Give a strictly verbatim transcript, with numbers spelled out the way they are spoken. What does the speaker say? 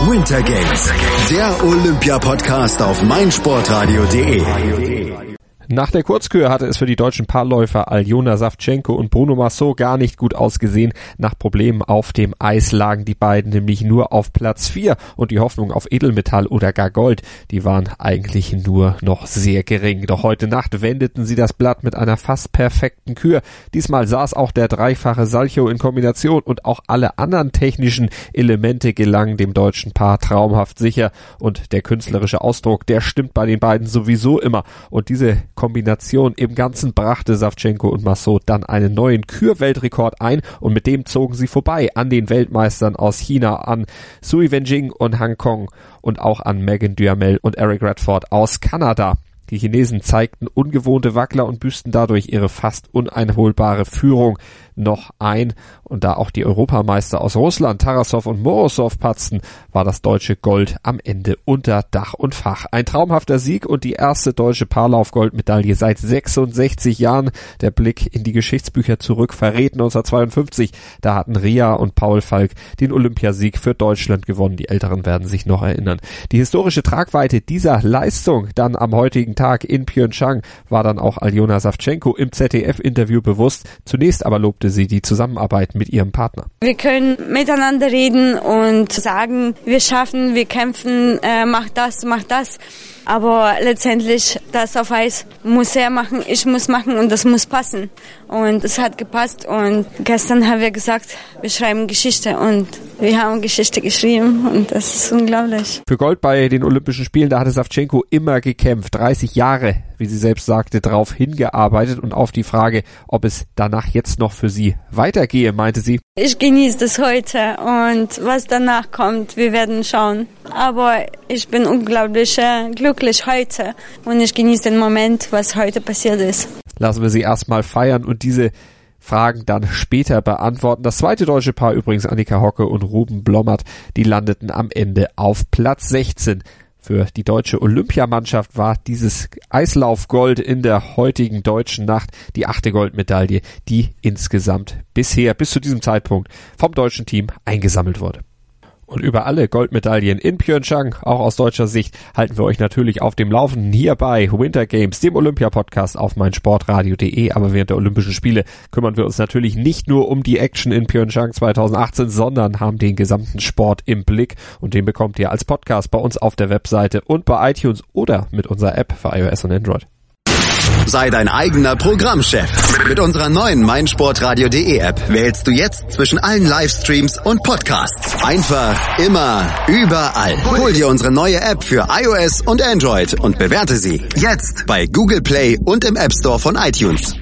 Winter Games, der Olympia-Podcast auf meinsportradio punkt de. Nach der Kurzkür hatte es für die deutschen Paarläufer Aljona Savchenko und Bruno Marceau gar nicht gut ausgesehen. Nach Problemen auf dem Eis lagen die beiden nämlich nur auf Platz vier und die Hoffnung auf Edelmetall oder gar Gold, die waren eigentlich nur noch sehr gering. Doch heute Nacht wendeten sie das Blatt mit einer fast perfekten Kür. Diesmal saß auch der dreifache Salchow in Kombination und auch alle anderen technischen Elemente gelangen dem deutschen Paar traumhaft sicher und der künstlerische Ausdruck, der stimmt bei den beiden sowieso immer und diese Kombination im Ganzen brachte Savchenko und Marceau dann einen neuen Kür-Weltrekord ein und mit dem zogen sie vorbei an den Weltmeistern aus China, an Sui Wenjing und Han Kong und auch an Megan Duhamel und Eric Radford aus Kanada. Die Chinesen zeigten ungewohnte Wackler und büßten dadurch ihre fast uneinholbare Führung noch ein. Und da auch die Europameister aus Russland, Tarasov und Morozov patzten, war das deutsche Gold am Ende unter Dach und Fach. Ein traumhafter Sieg und die erste deutsche Paarlauf-Goldmedaille seit sechsundsechzig Jahren. Der Blick in die Geschichtsbücher zurück verrät neunzehnhundertzweiundfünfzig. Da hatten Ria und Paul Falk den Olympiasieg für Deutschland gewonnen. Die Älteren werden sich noch erinnern. Die historische Tragweite dieser Leistung dann am heutigen Tag in Pyeongchang war dann auch Aljona Savchenko im Z D F-Interview bewusst. Zunächst aber lobte sie die Zusammenarbeit mit ihrem Partner. Wir können miteinander reden und sagen, wir schaffen, wir kämpfen, äh, mach das, mach das. Aber letztendlich, das auf Eis muss er machen, ich muss machen und das muss passen. Und es hat gepasst und gestern haben wir gesagt, wir schreiben Geschichte und wir haben Geschichte geschrieben und das ist unglaublich. Für Gold bei den Olympischen Spielen, da hatte Savchenko immer gekämpft, dreißig Jahre, wie sie selbst sagte, drauf hingearbeitet und auf die Frage, ob es danach jetzt noch für sie weitergehe, meinte sie: Ich genieße das heute und was danach kommt, wir werden schauen. Aber ich bin unglaublich äh, glücklich heute und ich genieße den Moment, was heute passiert ist. Lassen wir sie erstmal feiern und diese Fragen dann später beantworten. Das zweite deutsche Paar übrigens, Annika Hocke und Ruben Blommert, die landeten am Ende auf Platz sechzehn. Für die deutsche Olympiamannschaft war dieses Eislaufgold in der heutigen deutschen Nacht die achte Goldmedaille, die insgesamt bisher bis zu diesem Zeitpunkt vom deutschen Team eingesammelt wurde. Und über alle Goldmedaillen in Pyeongchang, auch aus deutscher Sicht, halten wir euch natürlich auf dem Laufenden hier bei Winter Games, dem Olympia-Podcast auf meinsportradio punkt de. Aber während der Olympischen Spiele kümmern wir uns natürlich nicht nur um die Action in Pyeongchang zweitausendachtzehn, sondern haben den gesamten Sport im Blick. Und den bekommt ihr als Podcast bei uns auf der Webseite und bei iTunes oder mit unserer App für iOS und Android. Sei dein eigener Programmchef. Mit unserer neuen meinsportradio punkt de App wählst du jetzt zwischen allen Livestreams und Podcasts. Einfach, immer, überall. Hol dir unsere neue App für iOS und Android und bewerte sie jetzt bei Google Play und im App Store von iTunes.